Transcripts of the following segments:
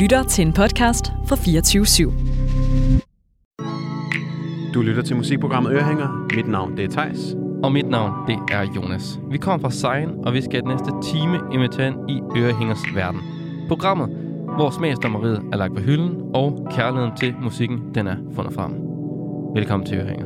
lytter til en podcast fra 24/7. Du lytter til musikprogrammet Ørehænger. Mit navn det er Theis. Og mit navn, det er Jonas. Vi kommer fra Sejen, og vi skal den næste time invitere ind i Ørehængers verden. Programmet, hvor smagsdommeriet er lagt på hylden, og kærligheden til musikken, den er fundet frem. Velkommen til Ørehænger.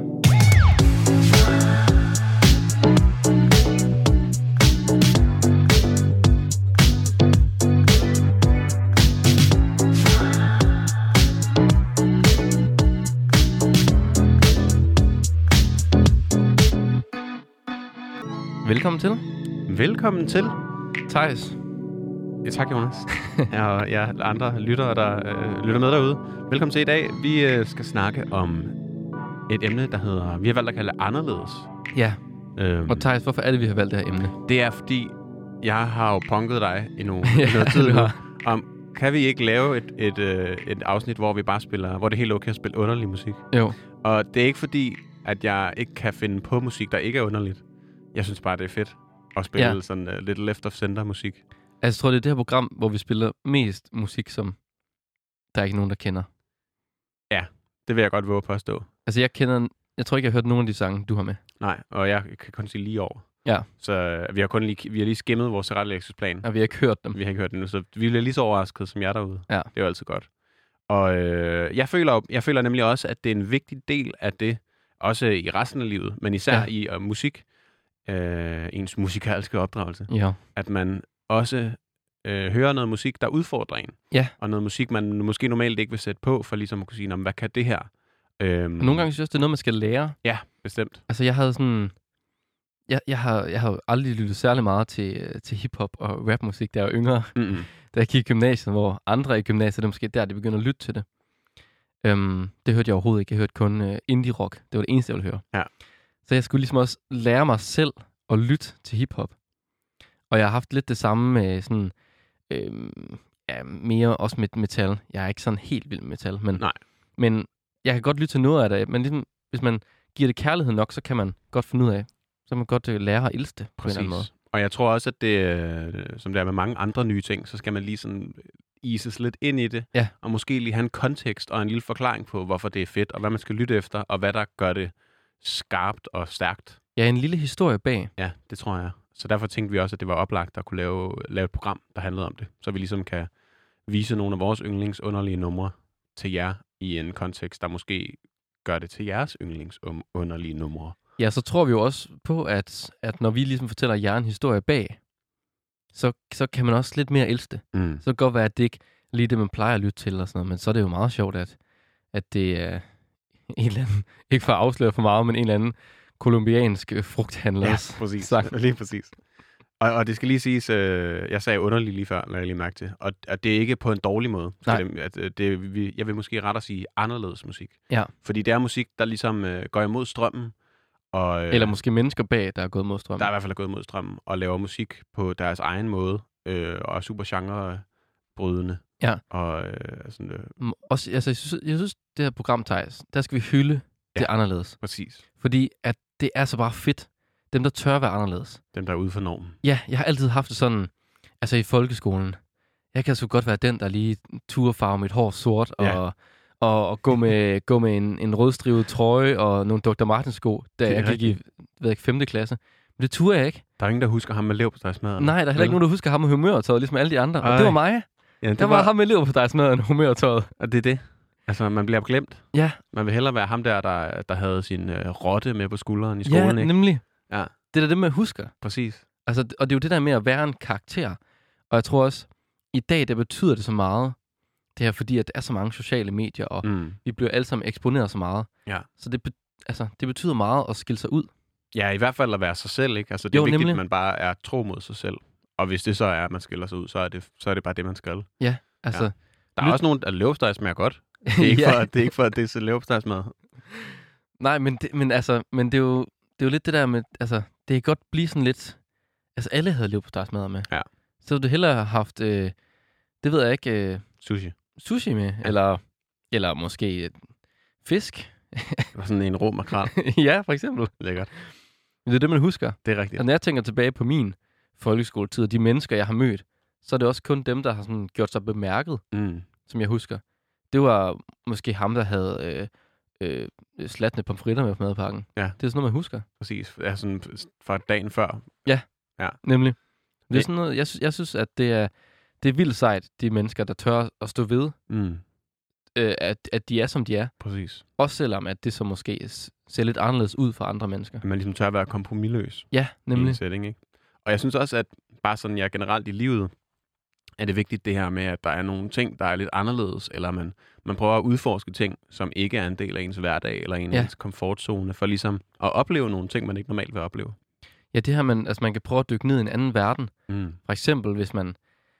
Velkommen til. Velkommen til. Theis. Ja, tak, Jonas. Og andre lyttere, der lytter med derude. Velkommen til i dag. Vi skal snakke om et emne, der hedder... Vi har valgt at kalde det anderledes. Ja. Og Theis, hvorfor er det, vi har valgt det her emne? Det er, fordi jeg har jo punket dig i noget tid nu. Om, kan vi ikke lave et afsnit, hvor vi bare spiller... Hvor det er helt okay at spille underlig musik? Jo. Og det er ikke fordi, at jeg ikke kan finde på musik, der ikke er underligt. Jeg synes bare, det er fedt at spille sådan lidt left of center musik. Altså, jeg tror, det er det her program, hvor vi spiller mest musik, som der er ikke nogen, der kender. Ja, det vil jeg godt våge på at stå. Altså, jeg tror ikke, jeg har hørt nogen af de sange, du har med. Nej, og jeg kan kun sige lige over. Ja. Så vi har lige skimmet vores tilrettelæggelsesplan. Og vi har ikke hørt dem. Vi har ikke hørt den nu, så vi bliver lige så overrasket som jer derude. Ja. Det er jo altid godt. Og jeg føler nemlig også, at det er en vigtig del af det, også i resten af livet, men især i musik, ens musikalske opdragelse. Ja. At man også hører noget musik, der udfordrer en. Ja. Og noget musik, man måske normalt ikke vil sætte på, for ligesom at kunne sige, hvad kan det her? Og nogle gange synes jeg også, det er noget, man skal lære. Ja, bestemt. Altså, jeg havde sådan... Jeg har jo aldrig lyttet særlig meget til hiphop og rapmusik, da jeg var yngre. Mm-hmm. Da jeg gik i gymnasiet, hvor andre i gymnasiet, det er måske der, de begynder at lytte til det. Det hørte jeg overhovedet ikke. Jeg hørte kun indie-rock. Det var det eneste, jeg ville høre. Ja. Så jeg skulle ligesom også lære mig selv at lytte til hiphop. Og jeg har haft lidt det samme med sådan... mere også med metal. Jeg er ikke sådan helt vild med metal, men jeg kan godt lytte til noget af det. Men ligesom, hvis man giver det kærlighed nok, så kan man godt finde ud af. Så kan man godt lære at elske det på en eller anden måde. Og jeg tror også, at det, som det er med mange andre nye ting, så skal man lige sådan ises lidt ind i det. Ja. Og måske lige have en kontekst og en lille forklaring på, hvorfor det er fedt, og hvad man skal lytte efter, og hvad der gør det skarpt og stærkt. Ja, en lille historie bag. Ja, det tror jeg. Så derfor tænkte vi også, at det var oplagt at kunne lave et program, der handlede om det. Så vi ligesom kan vise nogle af vores yndlingsunderlige numre til jer i en kontekst, der måske gør det til jeres yndlingsunderlige numre. Ja, så tror vi jo også på, at når vi ligesom fortæller jer en historie bag, så kan man også lidt mere elske det. Så kan det godt være, at det ikke lige det, man plejer at lytte til og sådan noget, men så er det jo meget sjovt, at det er en eller anden, ikke for at afsløre for meget, men en eller anden kolumbiansk frugthandler. Ja, præcis. Lige præcis. Og det skal lige siges, jeg sagde underligt lige før, når jeg lige mærke til, og det er ikke på en dårlig måde. Jeg vil måske ret at sige anderledes musik. Ja. Fordi det er musik, der ligesom går imod strømmen. Eller måske mennesker bag, der er gået mod strømmen. Der er i hvert fald gået mod strømmen, og laver musik på deres egen måde, og er super genrebrydende. Ja. Og også, altså, jeg synes, det her program, Theis, der skal vi hylde det anderledes. Præcis. Fordi at det er så bare fedt. Dem, der tør være anderledes. Dem, der er ude for normen. Ja, jeg har altid haft det sådan, altså i folkeskolen. Jeg kan så godt være den, der lige farve mit hår sort, og gå med en rødstrivet trøje og nogle Dr. Martens sko, da jeg gik i 5. klasse. Men det turde jeg ikke. Der er ingen, der husker ham med leverpostejsmadder. Nej, der er heller ikke nogen, der husker ham med humørtøjet, ligesom alle de andre. Og det var mig. Ja, det var ham med leverpostejsmadder og humørtøjet. Og det er det. Altså, man bliver glemt. Ja. Man vil hellere være ham der havde sin rotte med på skulderen i skolen, ikke? Ja, nemlig. Ja. Det er det, man husker. Præcis. Altså, og det er jo det der med at være en karakter. Og jeg tror også, i dag, det betyder det så meget. Det er fordi, at der er så mange sociale medier, og vi bliver alle sammen eksponeret så meget. Ja. Så det betyder meget at skille sig ud. Ja, i hvert fald at være sig selv, ikke? Altså, det er vigtigt, at man bare er tro mod sig selv. Og hvis det så er, at man skiller sig ud, så er det bare det, man skal. Ja, altså... Ja. Der er også nogen, der leverpostej smager godt. Det er ikke for, at det er så leverpostejsmad. Nej, men det er jo lidt det der med, altså, det kan godt blive sådan lidt, altså alle havde leverpostejsmad med. Ja. Så ville du hellere have haft, det ved jeg ikke, sushi med, ja. eller måske fisk. Sådan en rå makrel. Ja, for eksempel. Lækkert. Men det er det, man husker. Det er rigtigt. Og når jeg tænker tilbage på min folkeskoletid, og de mennesker, jeg har mødt, så er det også kun dem, der har sådan gjort sig bemærket som jeg husker, det var måske ham, der havde slatne pomfritter med på madpakken. Ja. Det er sådan noget, man husker. Præcis. Ja, sådan fra dagen før. Ja, nemlig. Det er sådan noget, jeg synes, at det er vildt sejt, de mennesker, der tør at stå ved, at de er, som de er. Præcis. Også selvom, at det så måske ser lidt anderledes ud for andre mennesker. At man ligesom tør at være kompromisløs. Ja, nemlig. I en setting, ikke? Og jeg synes også, at bare sådan, generelt i livet, er det vigtigt det her med, at der er nogle ting, der er lidt anderledes, eller man prøver at udforske ting, som ikke er en del af ens hverdag, eller ens komfortzone, for ligesom at opleve nogle ting, man ikke normalt vil opleve. Ja, det her, man kan prøve at dykke ned i en anden verden. For eksempel, hvis man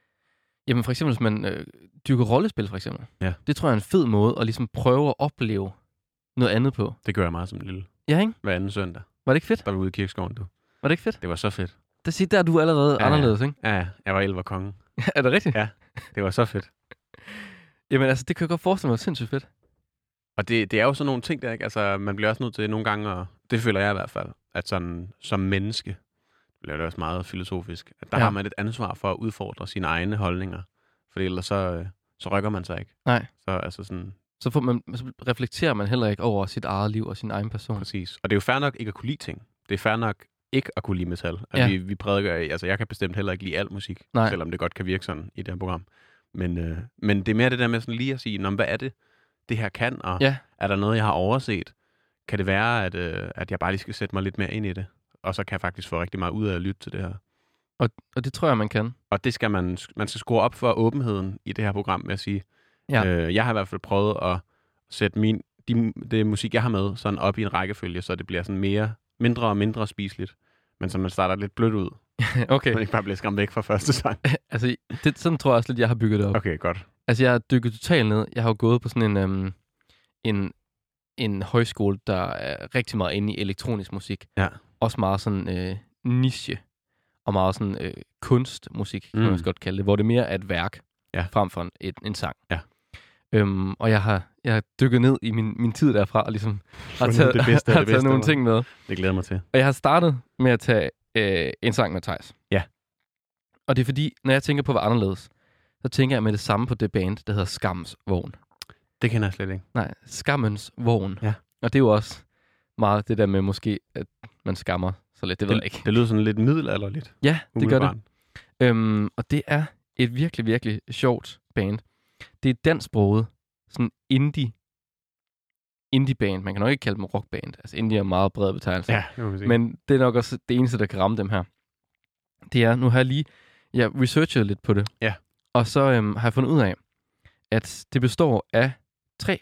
dyrker rollespil, for eksempel. Ja. Det tror jeg er en fed måde at ligesom prøve at opleve noget andet på. Det gør jeg meget som lille. Ja, ikke? Hver anden søndag. Var det ikke fedt? Der var ude i Kirkeskoven, du. Var det ikke fedt? Det var så fedt. Der er du allerede anderledes, ikke? Ja, jeg var elverkongen. Er det rigtigt? Ja, det var så fedt. Jamen altså, det kan jeg godt forestille mig sindssygt fedt. Og det er jo sådan nogle ting, der ikke, altså man bliver også nødt til nogle gange, og det føler jeg i hvert fald, at sådan som menneske, det bliver det også meget filosofisk, at der har man et ansvar for at udfordre sine egne holdninger, for ellers så rykker man sig ikke. Nej. Så altså sådan... Så reflekterer man heller ikke over sit eget liv og sin egen person. Præcis. Og det er jo fair nok ikke at kunne lide ting. Det er fair nok ikke at kunne lide metal. Altså, vi prædiker, altså jeg kan bestemt heller ikke lide al musik, selvom det godt kan virke sådan i det her program. Men det er mere det der med sådan lige at sige, hvad er det her kan, og er der noget, jeg har overset? Kan det være, at jeg bare lige skal sætte mig lidt mere ind i det? Og så kan jeg faktisk få rigtig meget ud af at lytte til det her. Og det tror jeg, man kan. Og det skal man skal skrue op for åbenheden i det her program, med at sige, jeg har i hvert fald prøvet at sætte det musik, jeg har med, sådan op i en rækkefølge, så det bliver sådan mindre og mindre spiseligt, men så man starter lidt blødt ud. Okay. Man ikke bare bliver skræmt væk fra første sang. Altså, sådan tror jeg også lidt, jeg har bygget det op. Okay, godt. Altså, jeg har dykket totalt ned. Jeg har jo gået på sådan en højskole, der er rigtig meget inde i elektronisk musik. Ja. Også meget sådan niche, og meget sådan kunstmusik, kan man også godt kalde det, hvor det mere er et værk, frem for en sang. Ja. Og jeg har dykket ned i min tid derfra, og ligesom har taget nogle ting med. Det glæder mig til. Og jeg har startet med at tage en sang med Theis. Ja. Og det er fordi, når jeg tænker på, hvad anderledes, så tænker jeg med det samme på det band, der hedder Skammens Vogn. Det kender jeg slet ikke. Nej, Skammens Vogn. Ja. Og det er jo også meget det der med måske, at man skammer så lidt, det ved jeg ikke. Det lyder sådan lidt middelalderligt. Ja, det gør det. Og det er et virkelig, virkelig sjovt band. Det er dansksproget, sådan indie-band. Man kan nok ikke kalde dem rockband. Altså indie er meget bred betegnelse. Ja, men det er nok også det eneste, der kan ramme dem her. Det er, nu har jeg researchet lidt på det. Ja. Og så har jeg fundet ud af, at det består af 3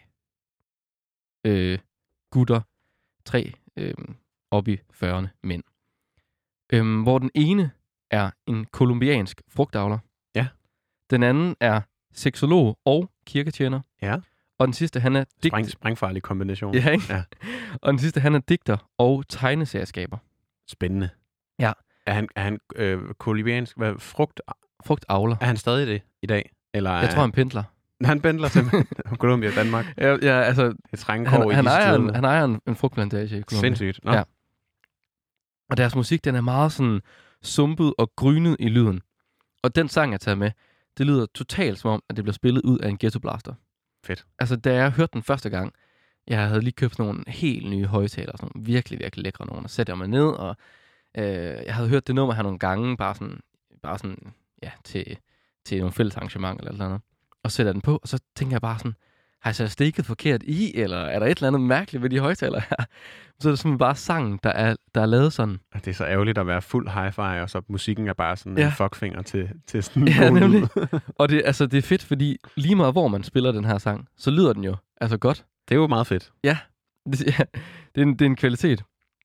gutter, 3 op i 40'erne mænd. Hvor den ene er en kolumbiansk frugtavler. Ja. Den anden er seksolog og kirketjener. Ja. Og den sidste, han er sprængfarlig kombination. Ja, ikke? Ja. Og den sidste, han er digter og tegneserieskaber. Spændende. Ja. Er han kolumbiansk frugtavler? Er han stadig det i dag? Eller jeg tror, han pendler. Han pendler simpelthen Colombia og Danmark. Ja, altså... Han ejer en frugtplantage i Colombia. Sindssygt. Nå. Ja. Og deres musik, den er meget sådan sumpet og grynet i lyden. Og den sang, jeg tager med, det lyder totalt som om, at det bliver spillet ud af en ghettoblaster. Fedt. Altså, da jeg hørte den første gang, jeg havde lige købt nogle helt nye højtalere, sådan nogle virkelig, virkelig lækre nogle, og satte jeg mig ned, og jeg havde hørt det nummer her nogle gange, bare sådan, ja, til nogle fælles arrangement eller andet. Og sætter den på, og så tænker jeg bare sådan, har jeg så stikket forkert i, eller er der et eller andet mærkeligt ved de højtalere her? Så er det simpelthen bare sangen, der er lavet sådan. Det er så ærgerligt at være fuld hi-fi, og så musikken er bare sådan en fuckfinger til sådan en god lyd. Og det er fedt, fordi lige meget hvor man spiller den her sang, så lyder den jo altså godt. Det er jo meget fedt. Ja, det er en kvalitet.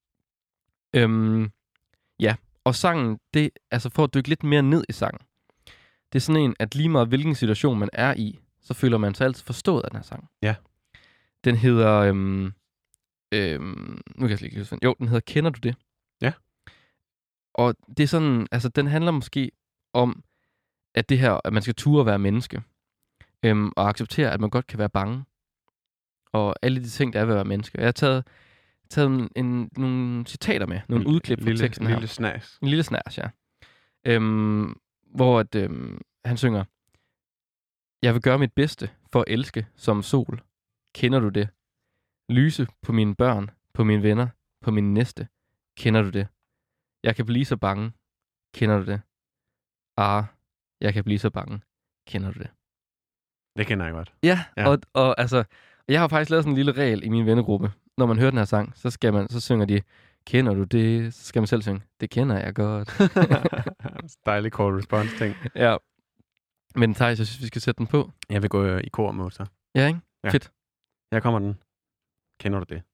Ja, og sangen, det altså for at dykke lidt mere ned i sangen. Det er sådan en, at lige meget hvilken situation man er i, så føler man sig altid forstået af den her sang. Ja. Den hedder... nu kan jeg slet ikke huske. Jo, den hedder Kender du det? Ja. Og det er sådan... Altså, den handler måske om, at det her... At man skal ture at være menneske. Og acceptere, at man godt kan være bange. Og alle de ting, der er ved at være menneske. Jeg har taget nogle citater med. Nogle udklip fra teksten her. En lille snærs. En lille snærs, ja. Hvor han synger... Jeg vil gøre mit bedste, for at elske som sol. Kender du det? Lyse på mine børn, på mine venner, på min næste. Kender du det? Jeg kan blive så bange. Kender du det? Jeg kan blive så bange. Kender du det? Det kender jeg godt. Ja. Og altså, jeg har faktisk lavet sådan en lille regel i min vennegruppe. Når man hører den her sang, så synger de, kender du det? Så skal man selv synge, det kender jeg godt. Dejlig call response ting. Ja. Men Thijs, jeg synes, vi skal sætte den på. Jeg vil gå i kor mod så. Ja, ikke? Ja. Fedt. Her kommer den. Kender du det?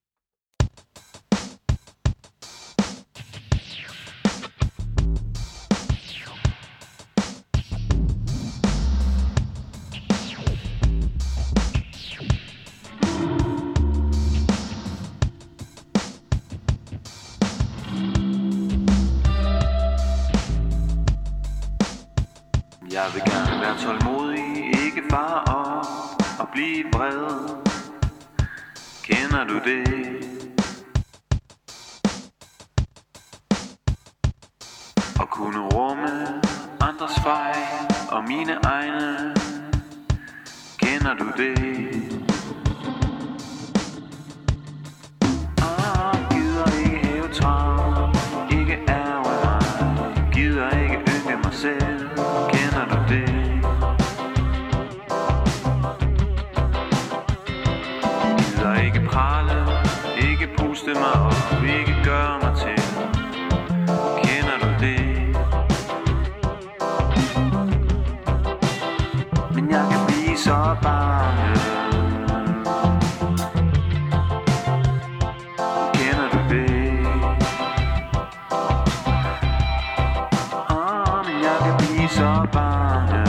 Jeg vil gerne være tålmodig, ikke bare op og blive vred. Kender du det? Og kunne rumme andres fejl og mine egne. Kender du det? Gider ikke hæve travl, ikke ærge mig, gider ikke ynke mig selv. Kender du det? Gider ikke prale, ikke puste mig op, ikke gøre mig til. Kender du det? Men jeg kan blive så bange. Kender du det? Men jeg kan blive så bange.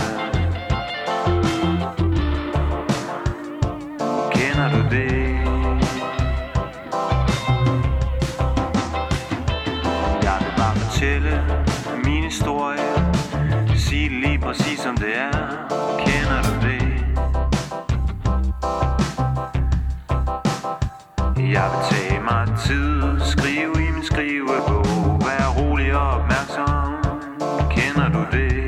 Kender du det? Jeg vil bare fortælle min historie, sige det lige præcis som det er. Kender du det? Jeg vil tage mig tid, skrive i min skrivebog, være rolig og opmærksom. Kender du det?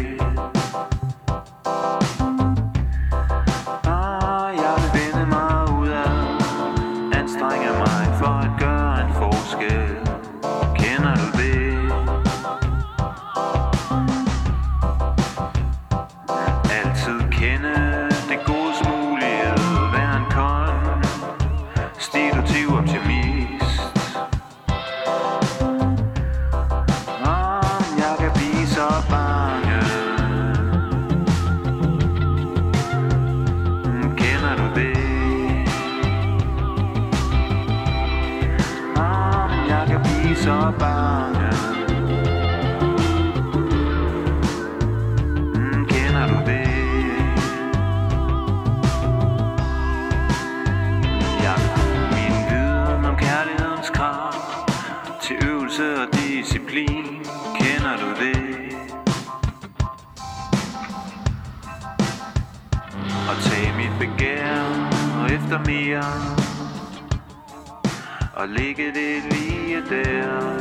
Jeg vil vende mig udad, anstrenge mig for at gøre en forskel. Kender du det? Altid kende det godes mulighed, være en konstitutiv optimist. Jeg kan blive så bange. Kender du det? Jeg kan blive så bange. Kender du det? Jeg vil bruge min viden om kærlighedens krav til øvelse og disciplin. Kender du det? Og tage mit begær og efter mere og lægge det lige der.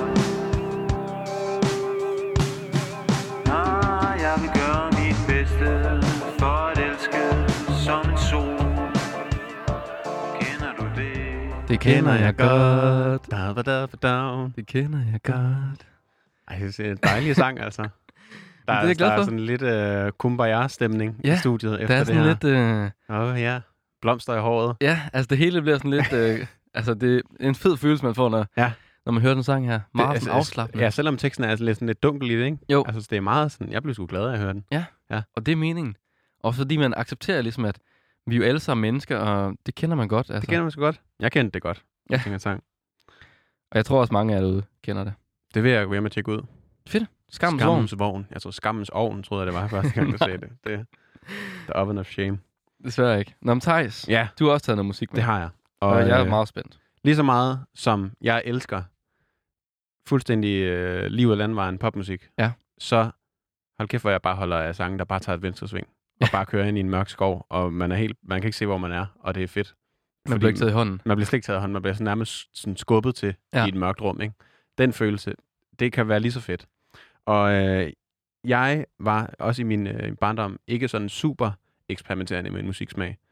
Jeg vil gøre mit bedste for at elske som en sol. Kender du det? Det kender jeg godt. Det kender jeg godt. Ej, det er en dejlig sang, altså. Der er sådan lidt kumbaya-stemning i studiet efter det her. Ja, der er sådan lidt... ja, blomster i håret. Ja, altså det hele bliver sådan lidt... altså det er en fed følelse, man får, når man hører den sang her. Meget afslappende. Ja, selvom teksten er lidt, sådan lidt dunkel i det, ikke? Jo. Altså det er meget sådan... Jeg blev sgu glad af at høre den. Ja, og det er meningen. Og fordi man accepterer ligesom, at vi er jo alle sammen mennesker, og det kender man godt. Altså. Det kender man så godt. Jeg kendte det godt. Sang. Og jeg tror også, mange af jer derude kender det. Det vil jeg gå hjem og tjekke ud. Fedt. Skammens vogn. Jeg tror, Skammens ovn, troede jeg, det var første gang, du sagde det. Det The Oven of Shame. Desværre ikke. Nå, men Thijs, du har også taget noget musik med. Det har jeg. Og jeg er meget spændt. Lige så meget, som jeg elsker fuldstændig liv og landvejen popmusik, så hold kæft, hvor jeg bare holder af sange, der bare tager et venstre sving. Og bare kører ind i en mørk skov, og man kan ikke se, hvor man er, og det er fedt. Man bliver ikke taget i hånden. Man bliver slet ikke taget i hånden. Man bliver sådan nærmest sådan skubbet til i et mørkt rum. Ikke? Den følelse, det kan være lige så fedt. Og jeg var også i min barndom ikke sådan super eksperimenterende med en musiksmag.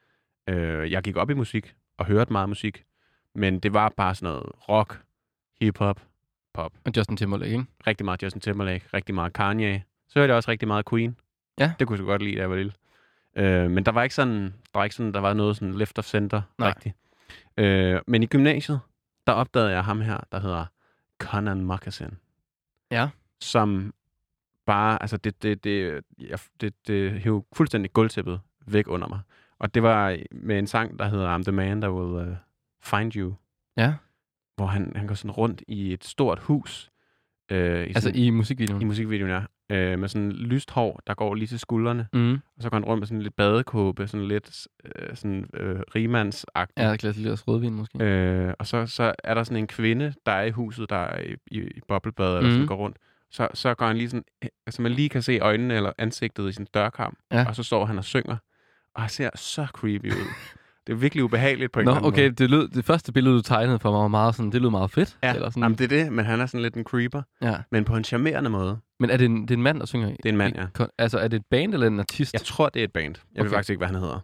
Jeg gik op i musik og hørte meget musik, men det var bare sådan noget rock, hip-hop, pop. Og Justin Timberlake, ikke? Rigtig meget Justin Timberlake, rigtig meget Kanye. Så hørte jeg også rigtig meget Queen. Ja. Det kunne jeg så godt lide, da jeg var lille. Men der var ikke sådan, der var noget sådan left of center rigtigt. Men i gymnasiet, der opdagede jeg ham her, der hedder Conan Moccasin. Ja. Som bare, altså det hævde fuldstændig gulvtæppet væk under mig. Og det var med en sang, der hedder I'm the Man That Will Find You. Ja. Hvor han går sådan rundt i et stort hus. I musikvideoen? I musikvideoen, ja. Med sådan lyst hår, der går lige til skuldrene. Og så går han rundt med sådan lidt badekåbe, sådan lidt rimandsagtigt. Ja, et glas lidt rødvin måske. Og så er der sådan en kvinde, der er i huset, der er i boblebad, eller sådan går rundt. Så går han lige sådan, altså man lige kan se øjnene eller ansigtet i sin dørkarm. Og så står han og synger. Og han ser så creepy ud. Det er virkelig ubehageligt på en eller anden måde. Det første billede, du tegnede for mig, var meget sådan, det lød meget fedt. Ja, eller sådan. Jamen, det er det, men han er sådan lidt en creeper. Ja. Men på en charmerende måde. Men er det en mand, der synger? Det er en mand, ja. Altså, er det et band eller en artist? Jeg tror, det er et band. Jeg ved faktisk ikke, hvad han hedder.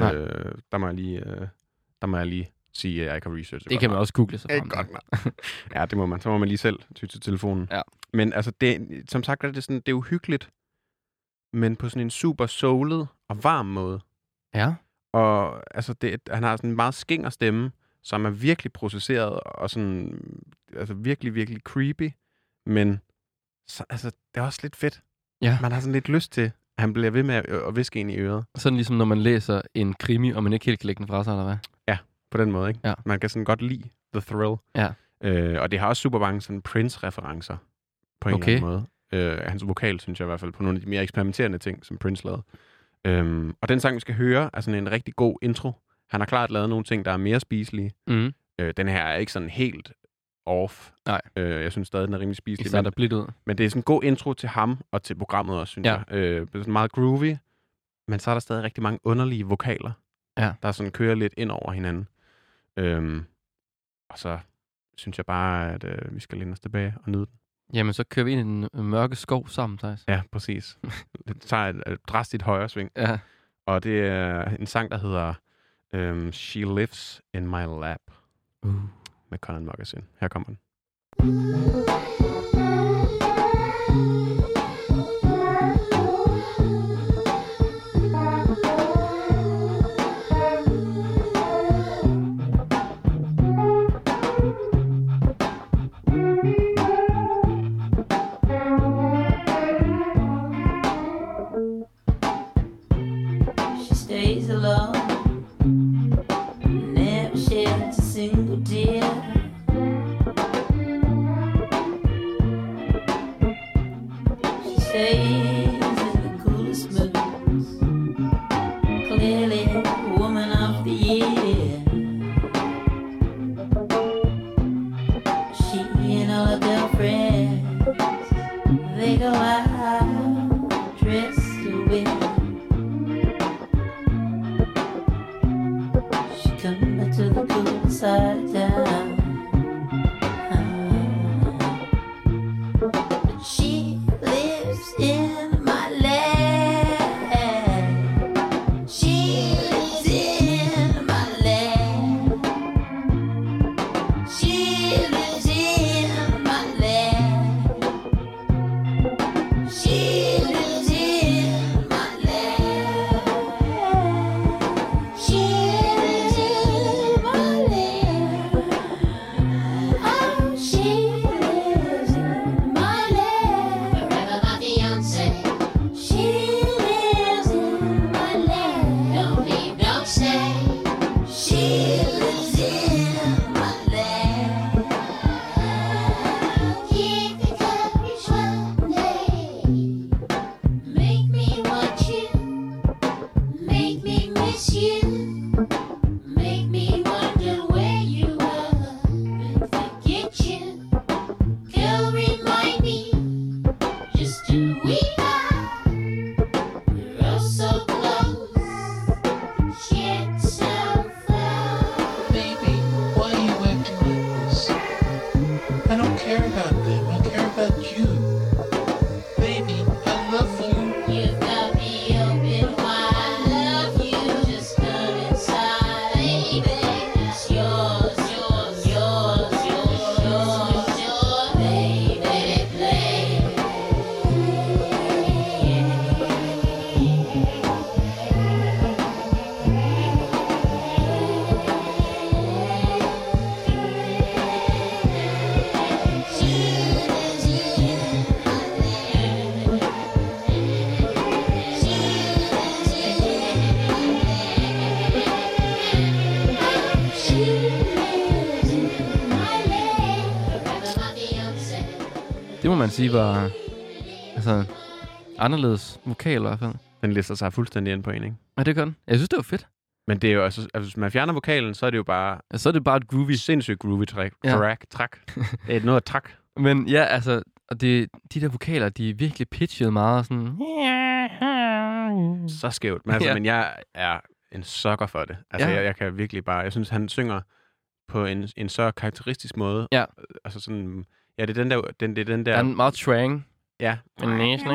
Der må jeg lige sige, at jeg ikke har researchet. Det kan man også google sig frem. Godt, ja, det må man. Så må man lige selv ty til telefonen. Ja. Men altså, som sagt, det er uhyggeligt, men på sådan en super soulet og varm måde. Ja. Og altså, han har sådan en meget skinger stemme, som er virkelig processeret og sådan, altså virkelig, virkelig creepy. Men altså, det er også lidt fedt. Ja. Man har sådan lidt lyst til, at han bliver ved med at viske ind i øret. Sådan ligesom når man læser en krimi, og man ikke helt kan lægge den fra sig, eller hvad? Ja, på den måde, ikke? Ja. Man kan sådan godt lide the thrill. Ja. Og det har også super mange sådan Prince-referencer på en eller anden måde. Hans vokal, synes jeg i hvert fald, på nogle af de mere eksperimenterende ting, som Prince lavede. Og den sang, vi skal høre, er sådan en rigtig god intro. Han har klart lavet nogle ting, der er mere spiselige. Den her er ikke sådan helt off. Nej. Jeg synes stadig, den er rimelig spiselig. Det er blidt ud. Men det er sådan en god intro til ham og til programmet også, synes jeg. Det er sådan meget groovy, men så er der stadig rigtig mange underlige vokaler, der sådan kører lidt ind over hinanden. Og så synes jeg bare, at vi skal læne os tilbage og nyde den. Jamen, så kører vi ind i den mørke skov sammen, Thijs. Ja, præcis. Det tager et drastisk højre sving. Ja. Og det er en sang, der hedder She Lives in My Lap. Med Conan Moccasin. Her kommer den. man sige var anderledes vokal i hvert fald. Den lister sig fuldstændig ind på en, ikke? Ja, det gør den. Jeg synes, det var fedt. Men det er jo altså hvis man fjerner vokalen, så er det jo bare... Ja, så er det bare et groovy. Sindssygt groovy track. Det er noget af trak. Men ja, altså, og de der vokaler, de er virkelig pitchet meget sådan... Så skævt. Men, men jeg er en sucker for det. Altså, jeg kan virkelig bare... Jeg synes, han synger på en så karakteristisk måde. Ja. Altså sådan... Ja, det er den der... Han er meget twang. Ja. En næsning.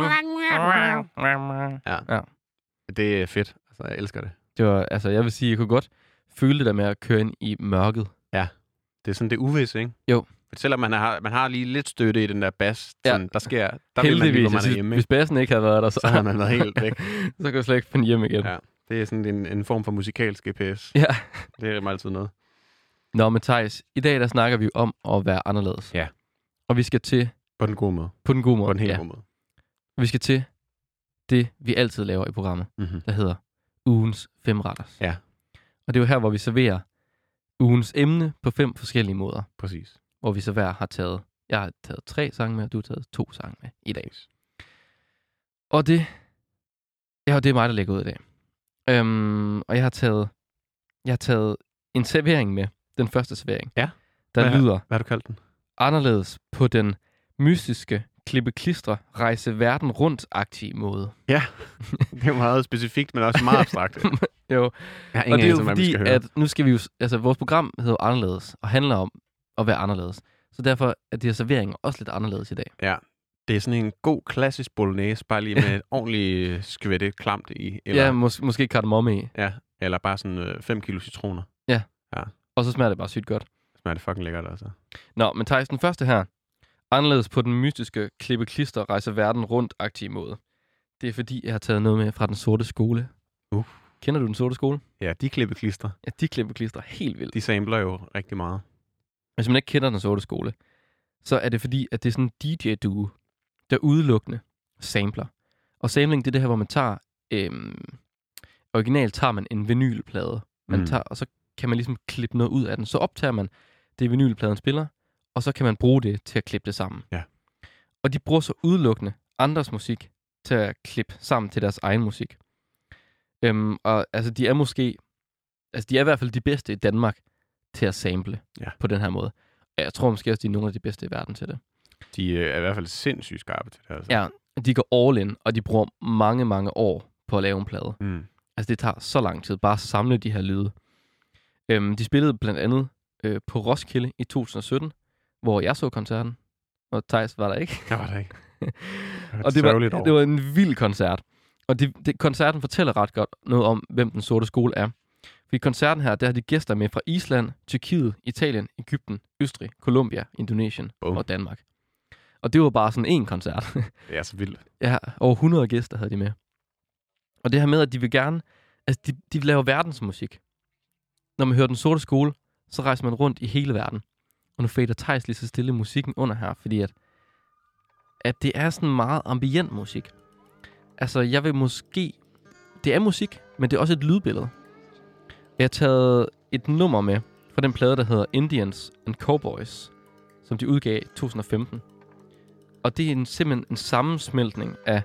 Ja. Det er fedt. Altså, jeg elsker det. Det var, altså, jeg vil sige, jeg kunne godt føle det der med at køre ind i mørket. Ja. Det er sådan det uvisse, ikke? Jo. Selvom man har lige lidt støtte i den der bass, sådan, der vil heldigvis, man lige, hvor man er hjemme. Hvis bassen ikke havde været der, så har man været helt væk. Så kan jeg slet ikke finde hjem igen. Ja. Det er sådan en form for musikalsk GPS. Ja. Det er altid noget. Nå, men Theis, i dag der snakker vi om at være anderledes. Ja. Og vi skal til... På den gode måde. På den gode måde, På den helt gode måde. Og vi skal til det, vi altid laver i programmet, der hedder ugens 5 retters. Ja. Og det er jo her, hvor vi serverer ugens emne på 5 forskellige måder. Præcis. Hvor vi så hver har taget... Jeg har taget 3 sange med, og du har taget 2 sange med i dag. Og det er mig, der lægger ud i dag. Og jeg har taget en servering med. Den første servering. Ja. Der lyder... Hvad har du kaldt den? Anderledes på den mystiske klippe-klistre rejse verden rundt-agtige måde. Ja, det er jo meget specifikt, men også meget abstrakt. Jo, og det er jo fordi, at nu skal vi jo... Altså, vores program hedder Anderledes, og handler om at være anderledes. Så derfor er de her serveringer også lidt anderledes i dag. Ja, det er sådan en god klassisk bolognese, bare lige med et ordentligt skvætte klamt i. Eller, ja, måske kardemomme i. Ja, eller bare sådan 5 kilo citroner. Ja, og så smager det bare sygt godt. Det smager det fucking lækkert, altså. Nå, men Theis, den første her. Anderledes på den mystiske klippe-klister rejse verden rundt-agtige måde. Det er fordi, jeg har taget noget med fra Den Sorte Skole. Kender du Den Sorte Skole? Ja, de klippe-klister. Ja, de klippe-klister. Helt vildt. De sampler jo rigtig meget. Hvis man ikke kender Den Sorte Skole, så er det fordi, at det er sådan en DJ-duo, der udelukkende sampler. Og sampling, det er det her, hvor man tager... originalt tager man en vinylplade. Og så kan man ligesom klippe noget ud af den. Så optager man det, vinylpladen spiller, og så kan man bruge det til at klippe det sammen. Ja. Og de bruger så udelukkende andres musik til at klippe sammen til deres egen musik. Og altså, de er måske... Altså, de er i hvert fald de bedste i Danmark til at sample på den her måde. Og jeg tror måske også, de er nogle af de bedste i verden til det. De er i hvert fald sindssygt skarpe til det. Altså. Ja, de går all in, og de bruger mange, mange år på at lave en plade. Altså, det tager så lang tid bare at samle de her lyde. De spillede blandt andet på Roskilde i 2017, hvor jeg så koncerten. Og Theis var der ikke. Jeg var der ikke. Og det var en vild koncert. Og koncerten fortæller ret godt noget om, hvem Den Sorte Skole er. For i koncerten her, der har de gæster med fra Island, Tyrkiet, Italien, Egypten, Østrig, Colombia, Indonesien og Danmark. Og det var bare sådan en koncert. Det er så vildt. Ja, over 100 gæster havde de med. Og det her med, at de vil gerne... Altså, de laver verdensmusik. Når man hører Den Sorte Skole, så rejser man rundt i hele verden. Og nu fader Theis lige så stille musikken under her, fordi at det er sådan meget ambient musik. Altså, jeg vil måske... Det er musik, men det er også et lydbillede. Jeg har taget et nummer med fra den plade, der hedder Indians and Cowboys, som de udgav i 2015. Og det er simpelthen en sammensmeltning af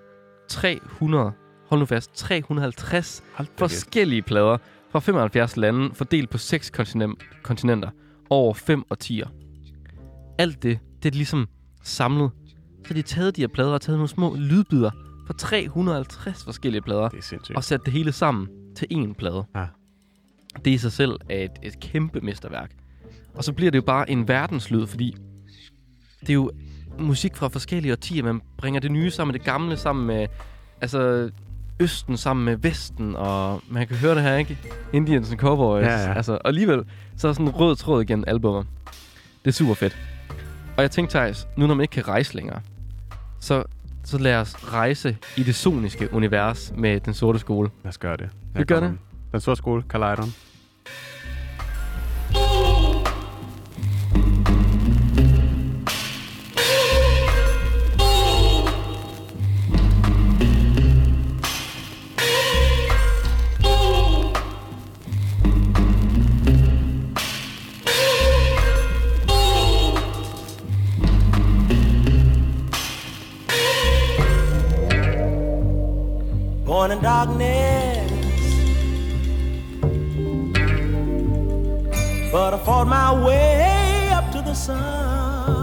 350 forskellige plader fra 75 lande, fordelt på 6 kontinenter over 5 årtier. Alt det er ligesom samlet. Så de har taget de her plader og taget nogle små lydbidder fra 350 forskellige plader og sat det hele sammen til én plade. Ja. Det i sig selv er et kæmpe mesterværk. Og så bliver det jo bare en verdenslyd, fordi det er jo musik fra forskellige årtier. Man bringer det nye sammen med det gamle, sammen med Østen sammen med Vesten, og man kan høre det her, ikke? Indians and Cowboys. Ja. Altså, og alligevel, så er sådan en rød tråd igennem albumet. Det er super fedt. Og jeg tænkte, Theis, nu når man ikke kan rejse længere, så lad os rejse i det soniske univers med Den Sorte Skole. Lad os gøre det. Vi gør det. Den Sorte Skole, Kaleidon. darkness, but I fought my way up to the sun.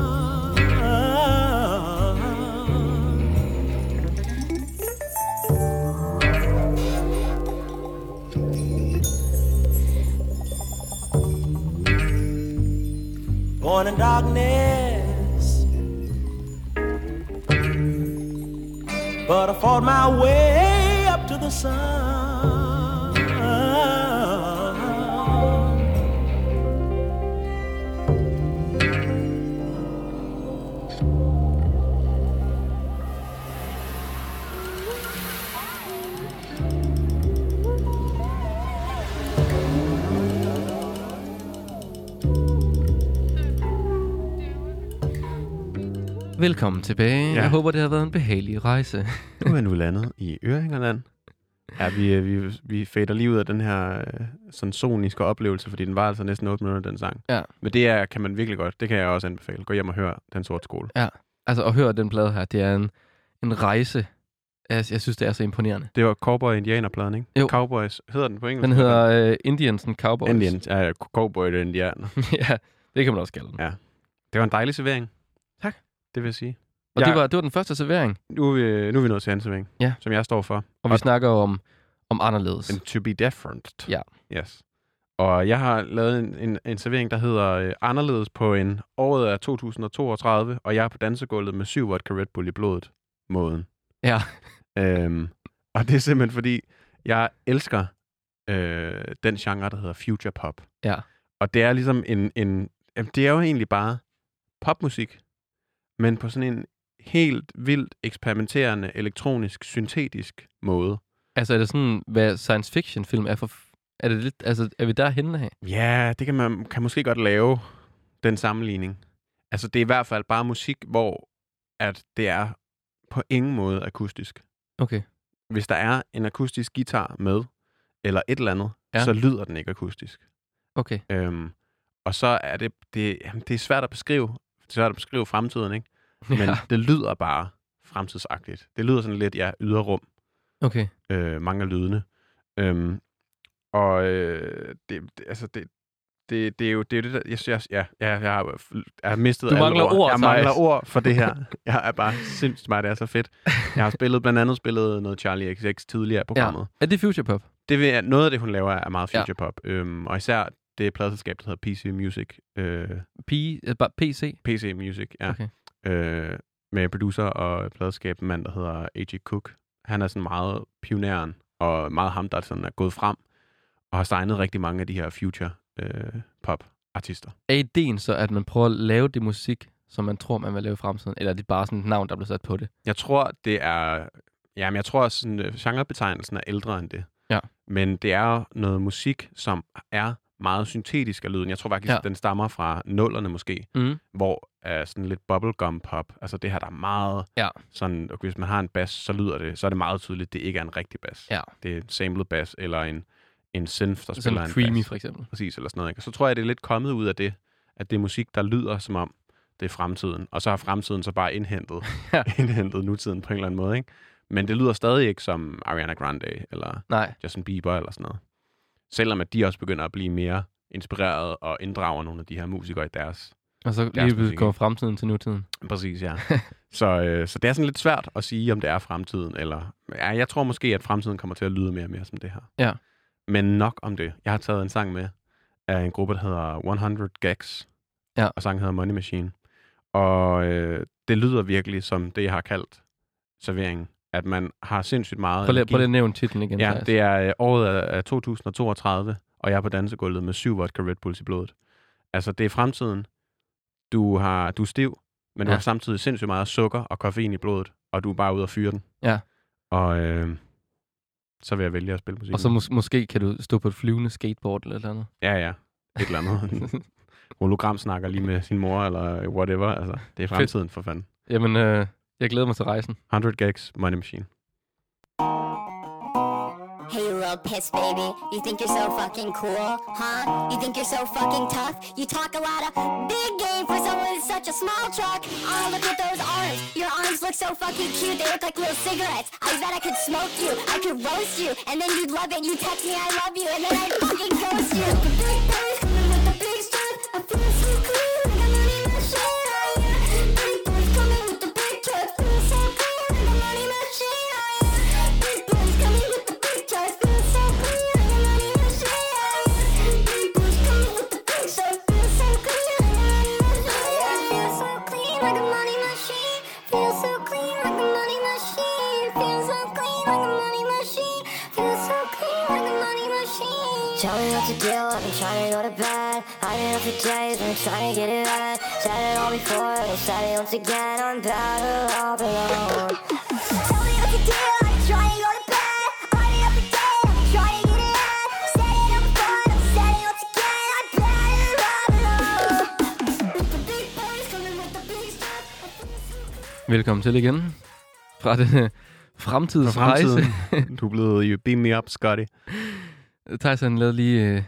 Born in darkness, but I fought my way up to the sun. Velkommen tilbage. Ja. Jeg håber, det har været en behagelig rejse. Nu er nu landet i Ørehængerland. Ja, vi fader lige ud af den her sådan soniske oplevelse, fordi den var altså næsten 8 minutter, den sang. Ja. Men det kan man virkelig godt. Det kan jeg også anbefale. Gå hjem og hør Den Sorte Skole. Ja, altså at høre den plade her, det er en rejse. Jeg synes, det er så imponerende. Det var Cowboy-Indianer-pladen, ikke? Jo. Cowboys. Hedder den på engelsk? Den hedder Indians and Cowboys. Indians, ja, Cowboy-Indianer. Ja, det kan man også kalde den. Ja. Det var en dejlig servering. Tak. Det vil jeg sige. Og det var den første servering. Nu er vi nået til anden servering, som jeg står for. Og vi snakker om anderledes. And to be different. Ja. Yes. Og jeg har lavet en servering, der hedder anderledes på en året af 2032, og jeg er på dansegulvet med 7 vodka Red Bull i blodet måden. Ja. Og det er simpelthen fordi, jeg elsker den genre, der hedder future pop. Ja. Og det er ligesom det er jo egentlig bare popmusik, men på sådan en helt vildt eksperimenterende, elektronisk, syntetisk måde. Altså er det sådan, hvad science fiction film er for... Er det lidt, altså er vi derhenne af? Ja, det kan måske godt lave, den sammenligning. Altså det er i hvert fald bare musik, hvor at det er på ingen måde akustisk. Okay. Hvis der er en akustisk guitar med, eller et eller andet, så lyder den ikke akustisk. Okay. Og så er det er svært at beskrive. Det er svært at beskrive fremtiden, ikke? Men det lyder bare fremtidsagtigt. Det lyder sådan lidt, yderrum. Okay. Mange af lydene. Og det er jo det, der... Jeg har mistet alle ord. Du mangler ord. Jeg mangler ord for det her. Jeg er bare sindssygt meget, det er så fedt. Jeg har blandt andet spillet noget Charlie XX tidligere i programmet. Ja. Er det future pop? Noget af det, hun laver, er meget future pop. Og især det pladselskab, der hedder PC Music. PC? PC Music, ja. Okay. Med producer og pladselskab, en mand, der hedder A.G. Cook. Han er sådan meget pioneren, og meget ham, der sådan er gået frem, og har signet rigtig mange af de her future pop-artister. Er ideen så, at man prøver at lave det musik, som man tror, man vil lave i fremtiden? Eller er det bare sådan et navn, der bliver sat på det? Jeg tror, det er... Jamen, jeg tror, sådan genrebetegnelsen er ældre end det. Ja. Men det er noget musik, som er meget syntetisk af lyden. Jeg tror faktisk, at den stammer fra 00'erne måske, hvor er sådan lidt bubblegum pop. Altså det her, der er meget sådan, hvis man har en bass, så er det meget tydeligt, det ikke er en rigtig bass. Ja. Det er en samlet bass, eller en synth, der spiller en creamy, bass. for eksempel. Præcis, eller sådan noget. Ikke? Og så tror jeg, det er lidt kommet ud af det, at det er musik, der lyder som om, det er fremtiden. Og så har fremtiden så bare indhentet nutiden på en eller anden måde. Ikke? Men det lyder stadig ikke som Ariana Grande, eller Justin Bieber, eller sådan noget. Selvom at de også begynder at blive mere inspireret og inddrager nogle af de her musikere i deres og så lige pludselig kommer fremtiden til nutiden. Præcis, ja. så det er sådan lidt svært at sige, om det er fremtiden, eller... Ja, jeg tror måske, at fremtiden kommer til at lyde mere og mere som det her. Ja. Men nok om det. Jeg har taget en sang med af en gruppe, der hedder 100 Gags, og sangen hedder Money Machine. Og det lyder virkelig som det, jeg har kaldt serveringen. At man har sindssygt meget... Prøv lige at nævne titlen igen. Ja, det er året af 2032, og jeg er på dansegulvet med 7 vodka Red Bulls i blodet. Altså, det er fremtiden. Du er stiv, men du har samtidig sindssygt meget sukker og koffein i blodet, og du er bare ude at fyre den. Ja. Og så vil jeg vælge at spille musik. Og så måske kan du stå på et flyvende skateboard eller et eller andet. Ja. Et eller andet. Hologram snakker lige med sin mor, eller whatever. Altså, det er fremtiden, for fanden. Jamen, jeg glæder mig til rejsen. 100 Gags, Money Machine. Hey, you little piss baby, you think you're so fucking cool, huh? You think you're so fucking tough? You talk a lot of big game for someone with such a small truck. Oh, look at those arms. Your arms look so fucking cute, they look like little cigarettes. I bet I could smoke you, I could roast you, and then you'd love it. You text me I love you, and then I'd fucking ghost you. The big boys coming with the big stuff. I feel so cool, like a money machine, oh yeah. Big boys coming with the big truck. Feel so cool, like a money machine, oh yeah. Big boys coming with the big truck. Feel so cool, like a money machine, oh yeah. Big boys coming with the big truck. Feel so cool, like a money machine, oh yeah. Feel so clean, like a money machine. Feel so clean, like a money machine. Feel so clean, like a money machine. Feel so clean, like a money machine. Tell me what to do, I've been trying to go to bed. I've been up for days, been trying to get it right. Said it all before, and said it once again. I'm better off alone. Tell me what to do, I've been trying to go to bed. I've been up for days, I've been trying to get it right. Said it all before, and said it once again. I'm better off alone. With the big boys coming with the big stuff. Velkommen til igen fra den fremtidsrejse. Du er blevet beam me up, Scotty. Tyson lavede lige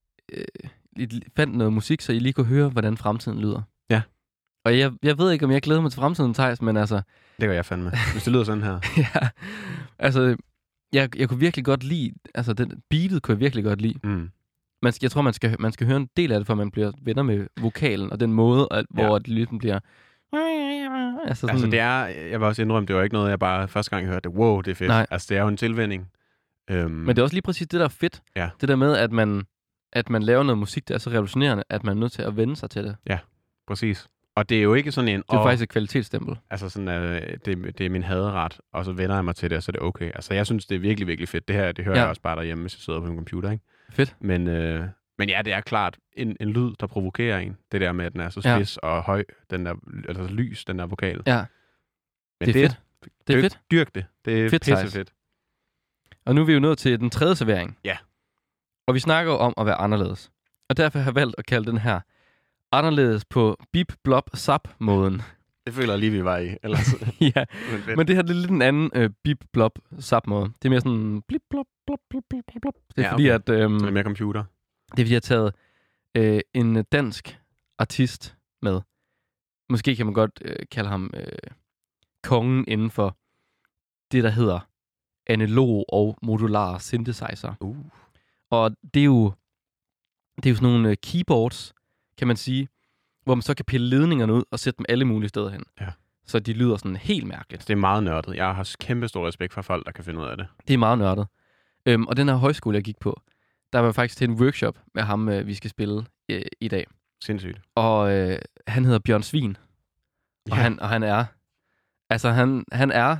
fandt noget musik, så I lige kunne høre, hvordan fremtiden lyder. Ja. Og jeg ved ikke, om jeg glæder mig til fremtiden, Thijs, men altså... Det gør jeg fandme, hvis det lyder sådan her. Ja, altså... Jeg kunne virkelig godt lide... Altså, beatet kunne jeg virkelig godt lide. Mm. Jeg tror, man skal høre en del af det, for man bliver venner med vokalen, og den måde, hvor det ligesom bliver... Altså det er... Jeg vil også indrømme, det var ikke noget, jeg bare første gang hørte det. Wow, det er fedt. Nej. Altså, det er jo en tilvænning. Men det er også lige præcis det, der er fedt. Ja. Det der med, at man laver noget musik, der er så revolutionerende, at man er nødt til at vende sig til det. Ja, præcis. Og det er jo ikke sådan en... Det er faktisk et kvalitetsstempel. Altså sådan, det er min haderet, og så vender jeg mig til det, og så er det okay. Altså jeg synes, det er virkelig, virkelig fedt. Det her, det hører jeg også bare derhjemme, hvis jeg sidder på min computer, ikke? Fedt. Men ja, det er klart en lyd, der provokerer en. Det der med, at den er så spids og høj, den der, altså lys, den der vokal. Ja. Men det er fedt. Det er fedt. Dyrk det. Det er fedt, pissefedt. Og nu er vi jo nået til den tredje servering. Ja. Og vi snakker om at være anderledes. Og derfor har jeg valgt at kalde den her anderledes på bip-blop-zap-måden. Det føler jeg lige, vi var i. Ellers. Ja, men det her det er lidt en anden bip-blop-zap-måde. Det er mere sådan blip-blop-blop-blop-blop. Det er fordi, at... så det er mere computer. Det er fordi, jeg har taget en dansk artist med. Måske kan man godt kalde ham kongen inden for det, der hedder analog og modular synthesizer. Og det er jo sådan nogle keyboards, kan man sige, hvor man så kan pille ledningerne ud og sætte dem alle mulige steder hen. Ja. Så de lyder sådan helt mærkeligt. Det er meget nørdet. Jeg har kæmpe stor respekt for folk, der kan finde ud af det. Det er meget nørdet. Og den her højskole, jeg gik på, der var faktisk til en workshop med ham, vi skal spille i dag. Sindssygt. Og han hedder Bjørn Svin. Ja. Og han er... Altså, han er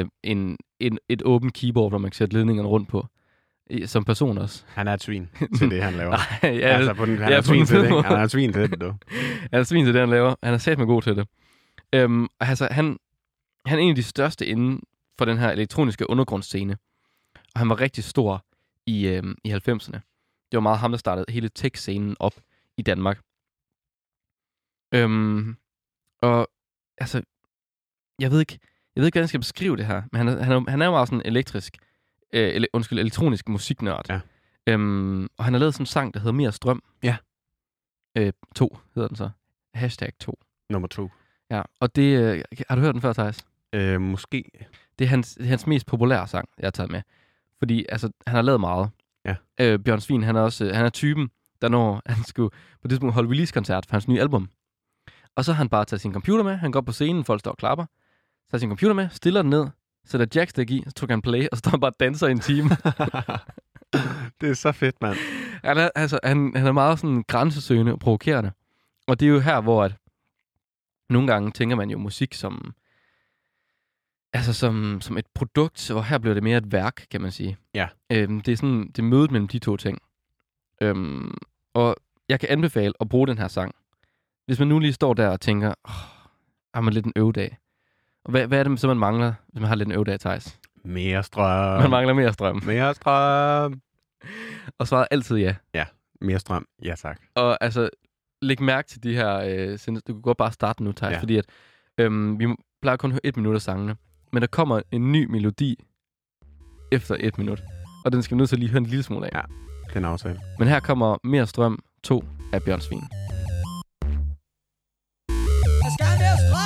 et åben keyboard, hvor man kan sætte ledningerne rundt på. Som person også. Han er et svin til det, han laver. Nej, altså, han er et svin til det, ikke? Han er et svin til det, du. Han er et svin til det, han laver. Han er satme god til det. Altså, han er en af de største inden for den her elektroniske undergrundsscene. Og han var rigtig stor i 90'erne. Det var meget ham, der startede hele tech-scenen op i Danmark. Og altså, jeg ved ikke, hvordan jeg skal beskrive det her, men han er jo meget sådan elektronisk musiknørd. Ja. Og han har lavet sådan en sang, der hedder Mere Strøm. Ja. 2 hedder den så. #2. Nummer 2. Ja, og det... har du hørt den før, Thijs? Måske. Det er hans mest populære sang, jeg har taget med. Fordi altså, han har lavet meget. Ja. Bjørn Svin, han er typen, der når han skulle på det tidspunkt holde release-koncert for hans nye album. Og så har han bare taget sin computer med, han går på scenen, folk står og klapper, tager sin computer med, stiller den ned, sætter jackstick i, så trykker han play, og så står han bare og danser i en time. Det er så fedt, mand. Han er meget sådan grænsesøgende og provokerende. Og det er jo her, hvor at nogle gange tænker man jo musik som et produkt, og her bliver det mere et værk, kan man sige. Ja. Det er sådan det mødet mellem de to ting. Og jeg kan anbefale at bruge den her sang. Hvis man nu lige står der og tænker, har man lidt en øvedag. Og hvad er det så, man mangler, hvis man har lidt en øvedag, Thijs? Mere strøm. Man mangler mere strøm. Mere strøm. Og svaret altid ja. Ja, mere strøm. Ja, tak. Og altså, læg mærke til de her... du kan godt bare starte nu, Thijs, fordi at vi plejer kun at høre 1 minut af sangene. Men der kommer en ny melodi efter 1 minut. Og den skal vi nødt til at lige høre en lille smule af. Ja, den aftale. Men her kommer Mere Strøm 2 af Bjørn Svin. Der skal mere strøm!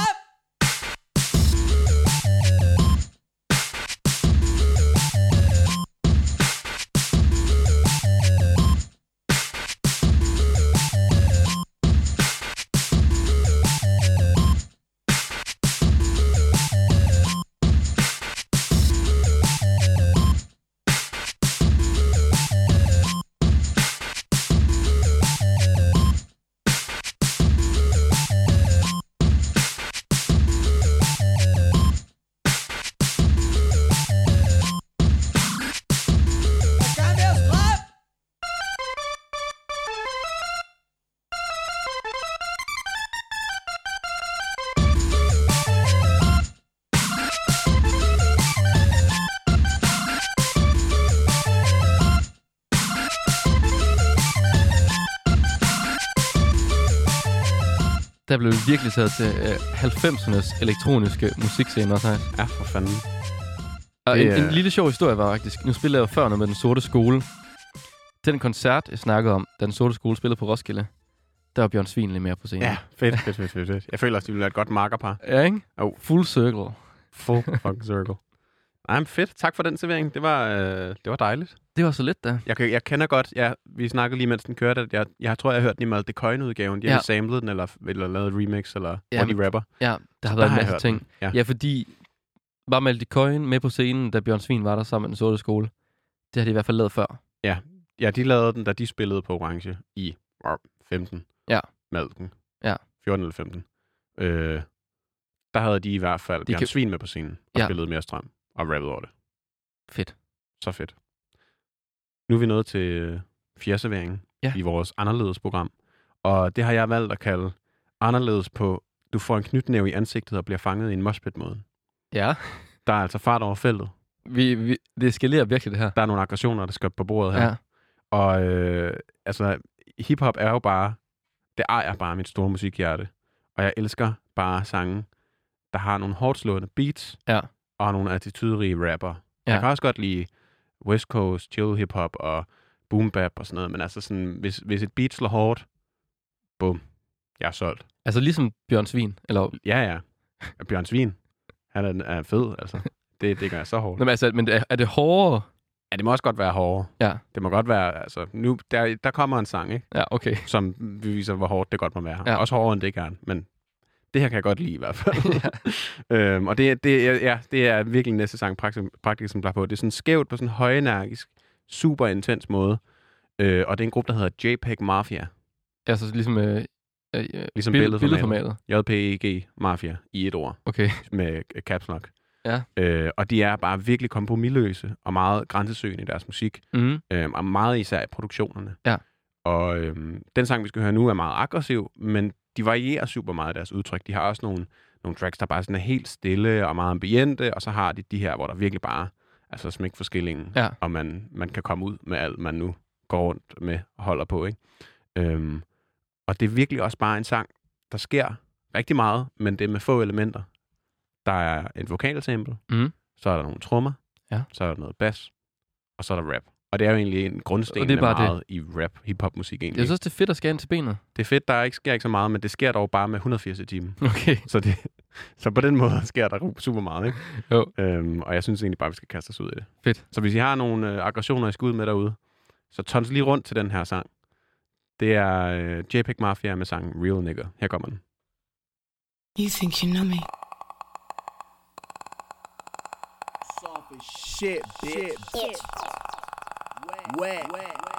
Der blev virkelig taget til 90'ernes elektroniske musikscene også her. Ja, for fanden. Og en lille sjov historie var faktisk, nu spillede jeg jo før noget med Den Sorte Skole. Den koncert, jeg snakkede om, da Den Sorte Skole spillede på Roskilde, der var Bjørn Svin lidt mere på scenen. Ja, fedt. Jeg føler også, det ville være et godt markerpar. Ja, ikke? Oh. Full circle. Full fucking circle. Ej, fedt. Tak for den servering. Det var dejligt. Det var så lidt, da. Jeg kender godt, vi snakkede lige, mens den kørte, at jeg tror, jeg har hørt den i Malte Coyne-udgaven. De har samlet den, eller lavet et remix, eller hvor de rapper. Ja, der har været en masse ting. Ja, fordi var Malte Coyne med på scenen, da Bjørn Svin var der sammen med Den Sorte Skole? Det har de i hvert fald lavet før. Ja, de lavede den, da de spillede på Orange i 15. Ja. Malken. Ja. 14 eller 15. Der havde de i hvert fald Bjørn Svin med på scenen, og spillede Mere Strøm, og rappede over det. Fedt. Så fedt. Nu er vi nået til fjerserveringen i vores anderledes program. Og det har jeg valgt at kalde anderledes på, du får en knytnæve i ansigtet og bliver fanget i en moshpit-måde. Ja. Der er altså fart over feltet. Det eskalerer virkelig, det her. Der er nogle aggressioner, der skal på bordet her. Ja. Og hiphop er jo bare, det ejer bare mit store musikhjerte. Og jeg elsker bare sange, der har nogle hårdt slående beats, og nogle attitudrige rapper. Ja. Jeg kan også godt lide West Coast, chill hip-hop og boom bap og sådan noget, men altså sådan, hvis et beat slår hårdt, bum, jeg er solgt. Altså ligesom Bjørn Svin? Eller? Ja. Bjørn Svin, han er fed, altså. Det gør jeg så hårdt. Men er det hårdere? Ja, det må også godt være hårdere. Ja. Det må godt være, altså, nu, der kommer en sang, ikke? Ja, okay. Som viser, hvor hårdt det godt må være. Ja. Også hårdere end det gerne, men det her kan jeg godt lide i hvert fald. Og det er virkelig næste sang praktisk eksemplar på. Det er sådan skævt på sådan en højenergisk, super intens måde. Og det er en gruppe, der hedder JPEG Mafia. Altså ligesom billedformatet. JPEG Mafia i et ord. Okay. Med caps lock. Ja. Og de er bare virkelig kompromisløse og meget grænsesøgende i deres musik. Og meget især i produktionerne. Ja. Og den sang, vi skal høre nu, er meget aggressiv, men de varierer super meget i deres udtryk. De har også nogle tracks, der bare sådan er helt stille og meget ambiente, og så har de her, hvor der virkelig bare altså smæk for skillingen, og man kan komme ud med alt, man nu går rundt med og holder på, ikke? Og det er virkelig også bare en sang, der sker rigtig meget, men det er med få elementer. Der er et vokalsample, så er der nogle trommer, så er der noget bas, og så er der rap. Og det er jo egentlig en grundsten af meget i rap, hip-hop-musik egentlig. Jeg synes, det er fedt at skære ind til benet. Det er fedt, sker ikke så meget, men det sker dog bare med 180 i timen. Okay. Så på den måde sker der super meget, ikke? Jo. Og jeg synes egentlig bare, vi skal kaste os ud i det. Fedt. Så hvis I har nogle aggressioner i skud med derude, så tons lige rundt til den her sang. Det er JPEG Mafia med sangen Real Nigga. Her kommer den. You think you know me? Soft as shit, bitch. Wet.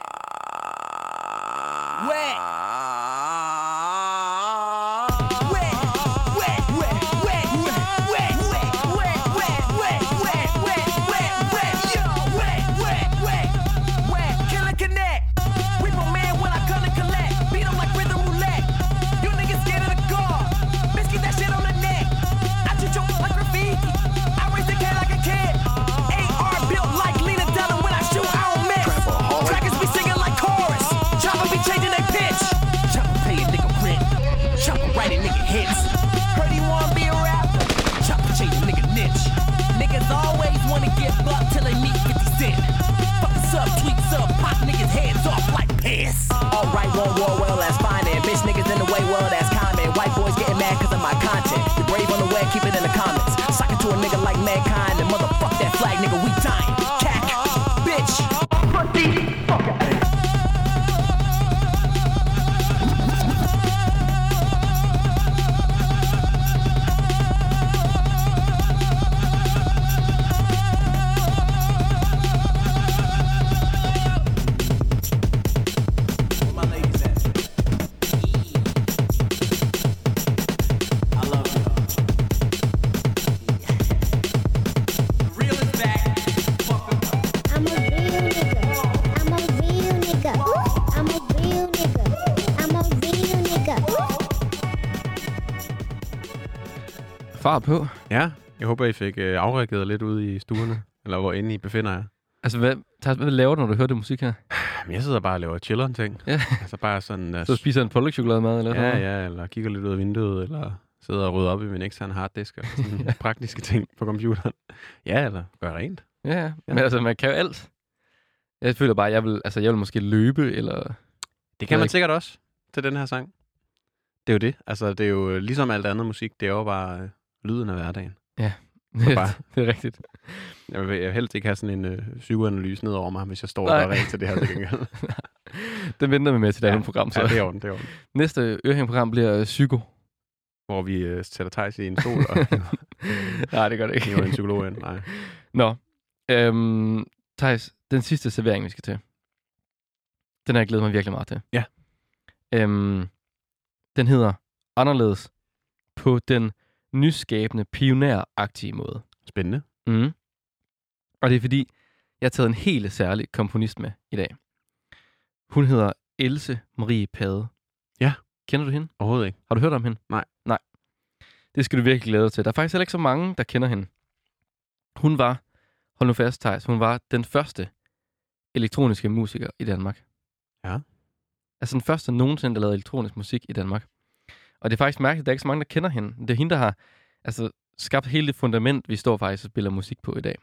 Killer connect. Reaper man when I come to collect. Beat 'em like rhythm roulette. You niggas scared of the guard. Bitch, get that shit on the neck. I shoot you like graffiti. I raise the K like a kid. AR built like Lena Dunham when I shoot, I don't miss. Trackers be singing like chorus. Chopper be changing their pitch. piss. Alright, won't war, well, that's fine then. Bitch niggas in the way, well, that's common. White boys getting mad cause of my content. You brave on the web, keep it in the comments. Sock it to a nigga like Mankind and motherfuck that flag, nigga, we dying. Cack, bitch, pussy, fucker. Far på. Ja, jeg håber, I fik afreageret lidt ude i stuerne, eller hvor inde I befinder jer. Altså, hvad laver du, når du hører det musik her? Jeg sidder bare og laver chilleren ting. Ja. Altså bare sådan... Så spiser en pålægtschokolademad, eller sådan? Ja, eller kigger lidt ud af vinduet, eller sidder og rydder op i min eksterne harddisk, og sådan praktiske ting på computeren. Ja, eller gør rent. Ja, men altså, man kan jo alt. Jeg føler bare, jeg vil måske løbe, eller... Det kan man sikkert også til den her sang. Det er jo det. Altså, det er jo ligesom alt andet musik, det er jo bare lyden af hverdagen. Ja, det er rigtigt. Jeg vil helst ikke have sådan en psykoanalyse ned over mig, hvis jeg står og gør rent til det her til gengæld. Den venter vi med til det andet program. Så. Ja, det er ordentligt. Næste ørehængprogram bliver Psyko. Hvor vi sætter Theis i en stol og... Nej, det gør det ikke. Hiver en psykolog ind. Nej. Nå. Theis, den sidste servering, vi skal til. Den har jeg glædet mig virkelig meget til. Ja. Den hedder Anderledes på den nyskabende, pioneragtige måde. Spændende. Mm. Og det er fordi, jeg har taget en helt særlig komponist med i dag. Hun hedder Else Marie Pade. Ja. Kender du hende? Overhovedet ikke. Har du hørt om hende? Nej. Det skal du virkelig glæde dig til. Der er faktisk heller ikke så mange, der kender hende. Hun var, hold nu fast, Theis, hun var den første elektroniske musiker i Danmark. Ja. Altså den første nogensinde, der lavede elektronisk musik i Danmark. Og det er faktisk mærkeligt, at der er ikke så mange, der kender hende. Det er hende, der har skabt hele det fundament, vi står faktisk og spiller musik på i dag.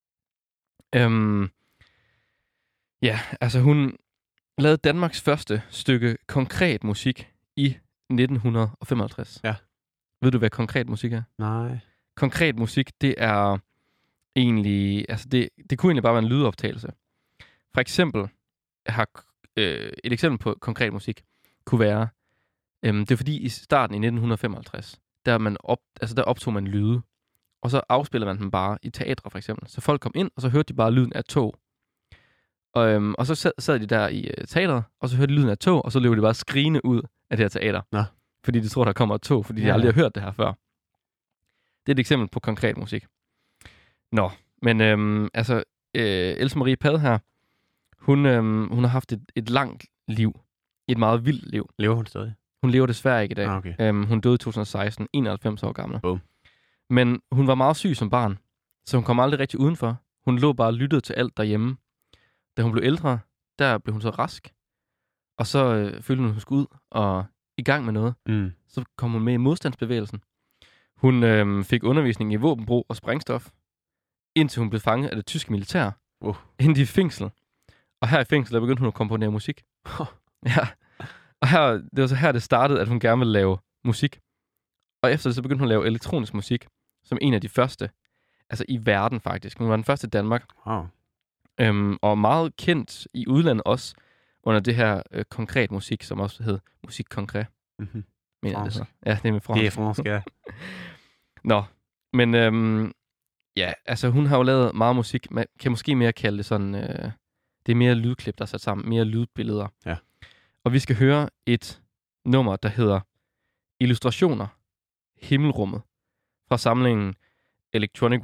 Ja, altså hun lavede Danmarks første stykke konkret musik i 1955. Ja. Ved du, hvad konkret musik er? Nej. Konkret musik, det er egentlig... Altså det kunne egentlig bare være en lydoptagelse. For eksempel har et eksempel på konkret musik kunne være... det er fordi i starten i 1955, der optog man lyde, og så afspillede man dem bare i teatre for eksempel. Så folk kom ind, og så hørte de bare lyden af tog. Og så sad de der i teatret, og så hørte de lyden af tog, og så løb de bare skrigende ud af det her teater. Nå. Fordi de tror, der kommer et tog, fordi de aldrig har hørt det her før. Det er et eksempel på konkret musik. Nå, men Else Marie Pade her, hun har haft et langt liv. Et meget vildt liv. Lever hun stadig? Hun lever desværre ikke i dag. Okay. Hun døde i 2016, 91 år gammel. Boom. Men hun var meget syg som barn, så hun kom aldrig rigtig udenfor. Hun lå bare og lyttede til alt derhjemme. Da hun blev ældre, der blev hun så rask. Og så følte hun skulle ud og i gang med noget. Mm. Så kom hun med i modstandsbevægelsen. Hun fik undervisning i våbenbrug og sprængstof, indtil hun blev fanget af det tyske militær. Inden i fængsel. Og her i fængsel, der begyndte hun at komponere musik. Ja. Og det var så her, det startede, at hun gerne ville lave musik. Og efter det, så begyndte hun at lave elektronisk musik, som en af de første, altså i verden faktisk. Hun var den første i Danmark. Wow. Og meget kendt i udlandet også, under det her konkret musik, som også hed musik konkret. Mm-hmm. Det så. Ja, det er med fransk. Det er fransk, ja. Nå, men ja, altså hun har jo lavet meget musik. Man kan måske mere kalde det sådan, det er mere lydklip, der er sat sammen, mere lydbilleder. Ja. Og vi skal høre et nummer, der hedder Illustrationer, Himmelrummet, fra samlingen Electronic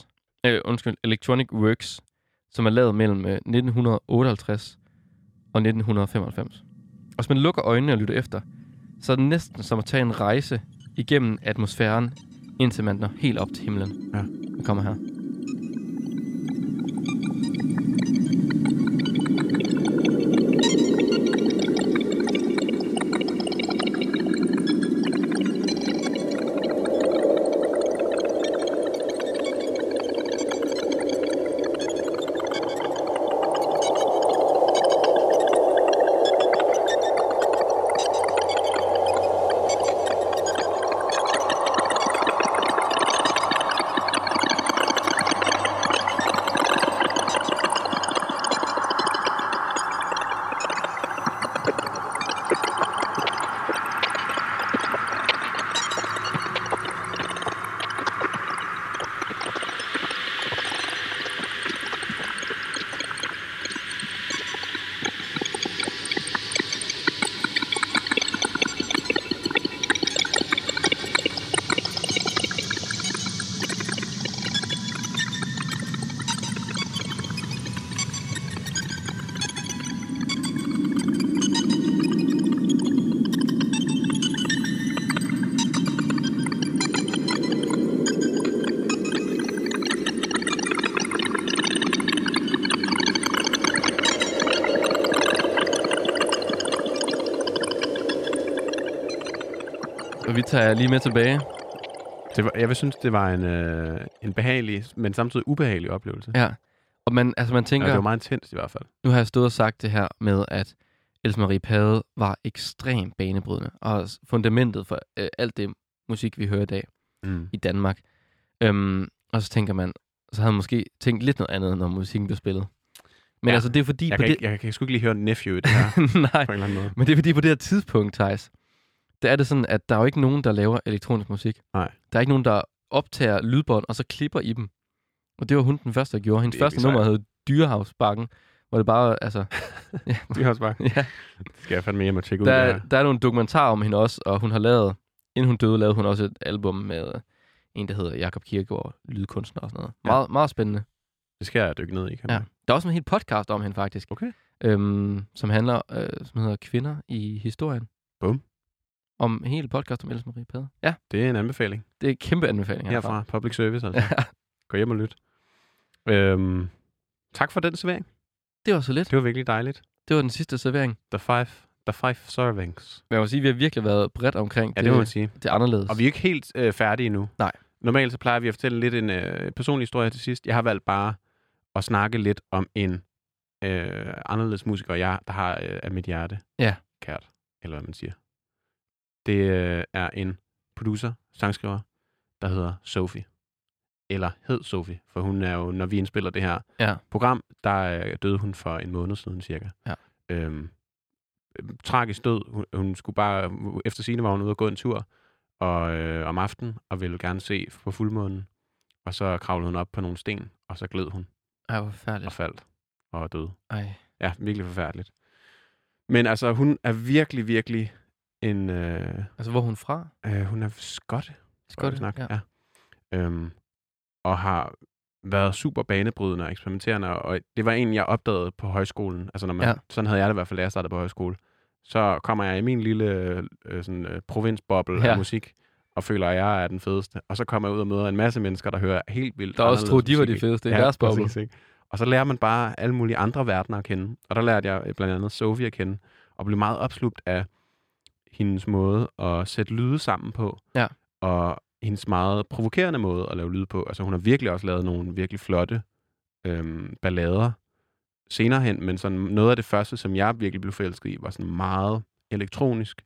Works, som er lavet mellem 1958 og 1995. Og hvis man lukker øjnene og lytter efter, så er det næsten som at tage en rejse igennem atmosfæren, indtil man når helt op til himlen. Ja. Vi kommer her. Og vi tager lige med tilbage. Jeg vil synes, det var en behagelig, men samtidig ubehagelig oplevelse. Ja, og man tænker... Ja, det var meget intenst i hvert fald. Nu har jeg stået og sagt det her med, at Else Marie Pade var ekstremt banebrydende, og fundamentet for alt det musik, vi hører i dag i Danmark. Og så tænker man, så havde man måske tænkt lidt noget andet, når musikken blev spillet. Men altså, det er fordi... Jeg kan sgu ikke lige høre Nephew i det her. Nej, på en eller anden måde. Men det er fordi på det her tidspunkt, Theis, der er det sådan, at der er jo ikke nogen, der laver elektronisk musik. Nej. Der er ikke nogen, der optager lydbånd, og så klipper i dem. Og det var hun den første, der gjorde. Hendes første nummer hed Dyrehavsbakken, hvor det bare, altså... Dyrehavsbakken? Ja. Det skal jeg fandme hjem og tjekke ud af. Der er nogle dokumentarer om hende også, og hun har lavet... Inden hun døde, lavede hun også et album med en, der hedder Jakob Kierkegaard, lydkunstner og sådan noget. Ja. Meget, meget spændende. Det skal jeg dykke ned i, kan man. Ja. Der er også en helt podcast om hende, faktisk. Okay. Som handler, som hedder Kvinder i historien. Bum. Om en hel podcast om Else Marie Pade. Ja. Det er en anbefaling. Det er en kæmpe anbefaling herfra. Public service, altså. Ja. Gå hjem og lyt. Tak for den servering. Det var så lidt. Det var virkelig dejligt. Det var den sidste servering. The five servings. Men jeg må sige, vi har virkelig været bredt omkring det må man sige. Det er anderledes. Og vi er ikke helt færdige endnu. Nej. Normalt så plejer vi at fortælle lidt en personlig historie til sidst. Jeg har valgt bare at snakke lidt om en anderledes musiker, der har af mit hjerte kært, eller hvad man siger. Det er en producer, sangskriver, der hedder Sophie. Eller hed Sophie, for hun er jo, når vi indspiller det her program, der døde hun for en måned siden cirka. Ja. Tragisk død. Hun skulle bare, efter sigende var hun ude og gå en tur om aftenen, og ville gerne se på fuldmånen. Og så kravlede hun op på nogle sten, og så gled hun. Ej, hvor forfærdeligt. Og faldt og døde. Ej. Ja, virkelig forfærdeligt. Men hun er virkelig, virkelig en... hvor er hun fra? Hun er skotte. Skotte, ja. Og har været super banebrydende og eksperimenterende, og det var en, jeg opdagede på højskolen. Altså, når man, sådan havde jeg det i hvert fald, da jeg startede på højskole. Så kommer jeg i min lille provinsboble af musik, og føler, at jeg er den fedeste. Og så kommer jeg ud og møder en masse mennesker, der hører helt vildt. Der også troede, de var de fedeste i deres boble. Og så lærer man bare alle mulige andre verdener at kende. Og der lærte jeg blandt andet Sophie at kende, og blev meget opslugt af hendes måde at sætte lyde sammen på. Ja. Og hendes meget provokerende måde at lave lyd på. Altså hun har virkelig også lavet nogle virkelig flotte ballader senere hen, men sådan noget af det første, som jeg virkelig blev forelsket i, var sådan meget elektronisk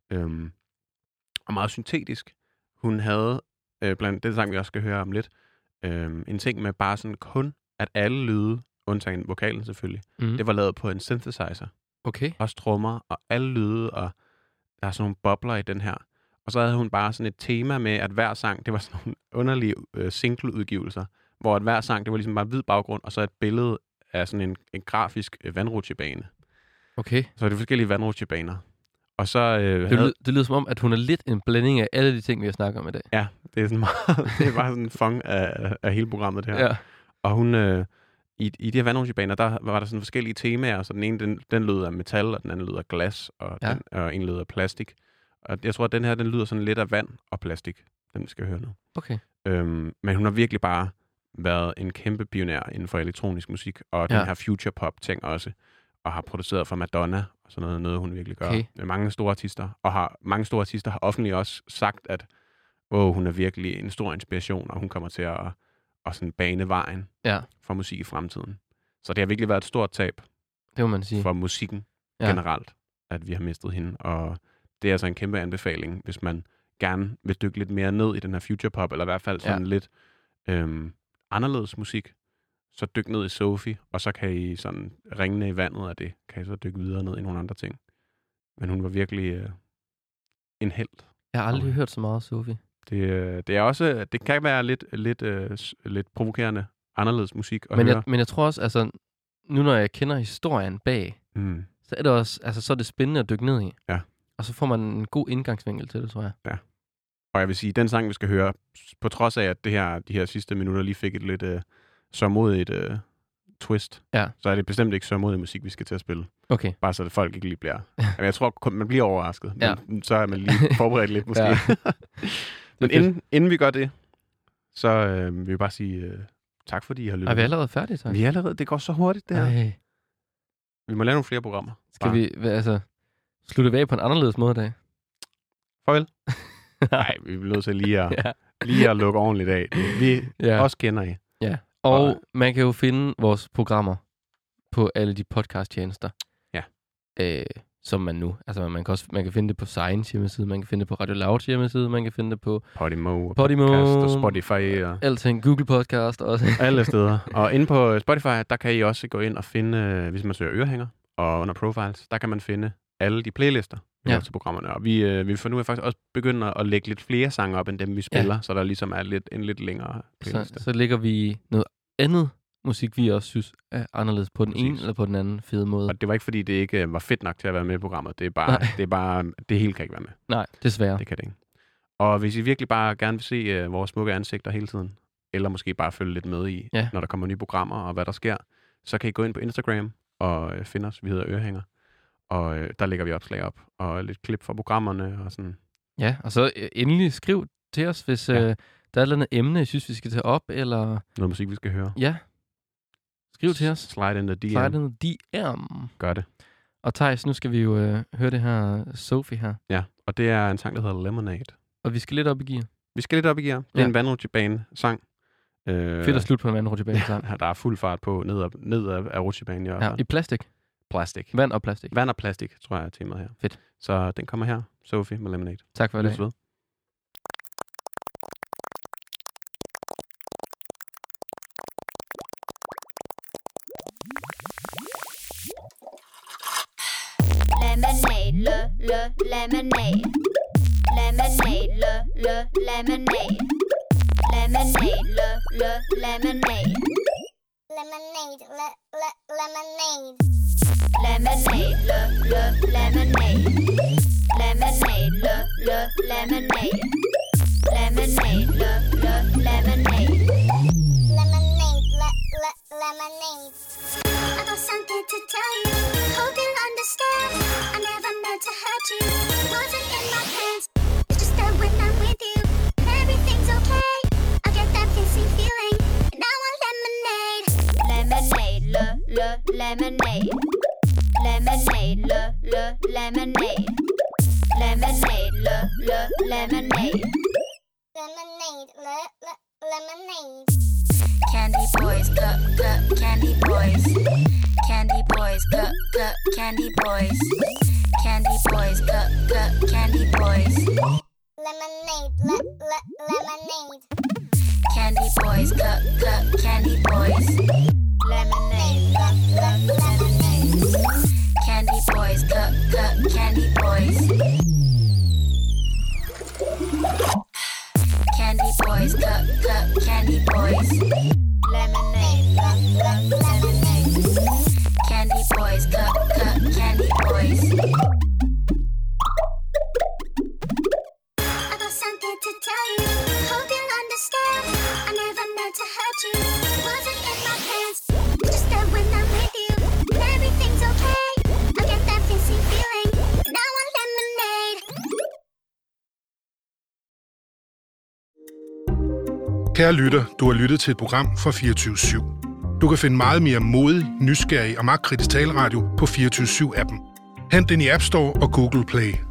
og meget syntetisk. Hun havde, blandt det sang, vi også skal høre om lidt, en ting med bare sådan kun, at alle lyde, undtagen vokalen selvfølgelig, det var lavet på en synthesizer. Okay. Også trommer og alle lyde, og der er sådan nogle bobler i den her. Og så havde hun bare sådan et tema med, at hver sang, det var sådan nogle underlige singleudgivelser, hvor at hver sang, det var ligesom bare hvid baggrund, og så et billede af sådan en grafisk vandrutsjebane. Okay. Så er det forskellige vandrutsjebaner. Og så... det lyder som om, at hun er lidt en blanding af alle de ting, vi har snakket om i dag. Ja, det er sådan meget... det er bare sådan en fang af hele programmet, det her. Ja. Og hun... I de her vandrutsjebaner, der var der sådan forskellige temaer, så den ene, den lød af metal, og den anden lød af glas, og en lød af plastik. Og jeg tror, at den her, den lyder sådan lidt af vand og plastik, den vi skal høre nu. Okay. Men hun har virkelig bare været en kæmpe pioner inden for elektronisk musik, og den her future pop ting også, og har produceret for Madonna, og sådan noget hun virkelig gør. Med mange store artister, og mange store artister har offentligt også sagt, at hun er virkelig en stor inspiration, og hun kommer til at sådan bane vejen for musik i fremtiden. Så det har virkelig været et stort tab det må man sige. For musikken generelt, at vi har mistet hende, og det er altså en kæmpe anbefaling, hvis man gerne vil dykke lidt mere ned i den her future pop, eller i hvert fald sådan lidt anderledes musik, så dyk ned i Sophie, og så kan I sådan ringene i vandet af det, kan I så dykke videre ned i nogle andre ting. Men hun var virkelig en helt. Jeg har aldrig hørt så meget Sophie. Det er også, det kan være lidt provokerende, anderledes musik at høre. Men jeg tror også, altså, nu når jeg kender historien bag, så er det også, altså, så er det spændende at dykke ned i. Ja. Og så får man en god indgangsvinkel til det, tror jeg. Ja. Og jeg vil sige, den sang, vi skal høre, på trods af, at de her sidste minutter lige fik et lidt sørmodigt twist, så er det bestemt ikke sørmodig musik, vi skal til at spille. Okay. Bare så det folk ikke lige bliver... Jamen, jeg tror, man bliver overrasket, men så er man lige forberedt lidt måske. Men inden vi gør det, så vil vi bare sige tak, fordi I har lyttet. Er vi allerede færdige, så? Vi er allerede. Det går så hurtigt, det her. Vi må lave nogle flere programmer. Skal vi slutte af på en anderledes måde i dag? Farvel. Nej, vi bliver nødt til lige at lukke ordentligt af. Vi også kender I. Ja, og man kan jo finde vores programmer på alle de podcast-tjenester. Ja. Som man nu. Altså, man kan finde det på Science hjemmeside, man kan finde det på Radio Loud hjemmeside, man kan finde det på Podimo podcast og Spotify. Og alting. Google Podcast også. Alle steder. Og inde på Spotify, der kan I også gå ind og finde, hvis man søger ørehænger, og under Profiles, der kan man finde alle de playlister til programmerne. Og vi får nu faktisk også begyndt at lægge lidt flere sange op, end dem vi spiller, så der ligesom er en lidt længere playliste. Så lægger vi noget andet musik, vi også synes er anderledes på den ene eller på den anden fede måde. Og det var ikke, fordi det ikke var fedt nok til at være med i programmet. Det er bare, det hele kan ikke være med. Nej, desværre. Det kan det ikke. Og hvis I virkelig bare gerne vil se vores smukke ansigter hele tiden, eller måske bare følge lidt med i, når der kommer nye programmer og hvad der sker, så kan I gå ind på Instagram og finde os. Vi hedder Ørehænger. Og der lægger vi opslag op, og lidt klip fra programmerne og sådan. Ja, og så endelig skriv til os, hvis der er et eller andet emne, I synes, vi skal tage op, eller... Noget musik, vi skal høre. Ja. Skriv til os. Slide in the DM. Slide in the DM. Gør det. Og Theis, nu skal vi jo høre det her Sophie her. Ja, og det er en sang, der hedder Lemonade. Og vi skal lidt op i gear. Det er en vandrutsjebane-sang. Fedt at slutte på en vandrutsjebane-sang. Ja, der er fuld fart på ned af rutsjebanen i hvert fald. Ja, i plastik. Plastik. Vand og plastik. Vand og plastik, tror jeg er temaet her. Fedt. Så den kommer her. Sophie med Lemonade. Tak for i dag. Lemonade, lemonade. Lemonade, lemonade. Lemonade, lemonade. Lemonade, lemonade. Lemonade, lemonade. Lemonade, lemonade. Lemonade, lemonade. Lemonade, I got something to tell you. Hope you'll understand. I never meant to hurt you. Wasn't in my plans. It's just that when I'm with you, everything's okay. I get that fizzy feeling, and I want lemonade. Lemonade, lemonade. Lemonade, lemonade. Lemonade, lemonade. Lemonade, lemonade. Candy boys, candy boys. Candy boys, candy boys. Candy boys, candy boys. Lemonade, lemonade. Candy boys, candy boys. Lemonade, lemonade. Candy boys, candy boys. Candy boys, candy boys. Lemonade, lemonade. Candy boys, candy boys. I got something to tell you. Hope you'll understand. I never meant to hurt you. Wasn't in my plans. Just that when I'm with you, everything's okay. I get that fizzy feeling, and I want lemonade. Kære lytter, du har lyttet til et program fra 24/7. Du kan finde meget mere modig, nysgerrig og magtkritisk taleradio på 24/7-appen. Hent den i App Store og Google Play.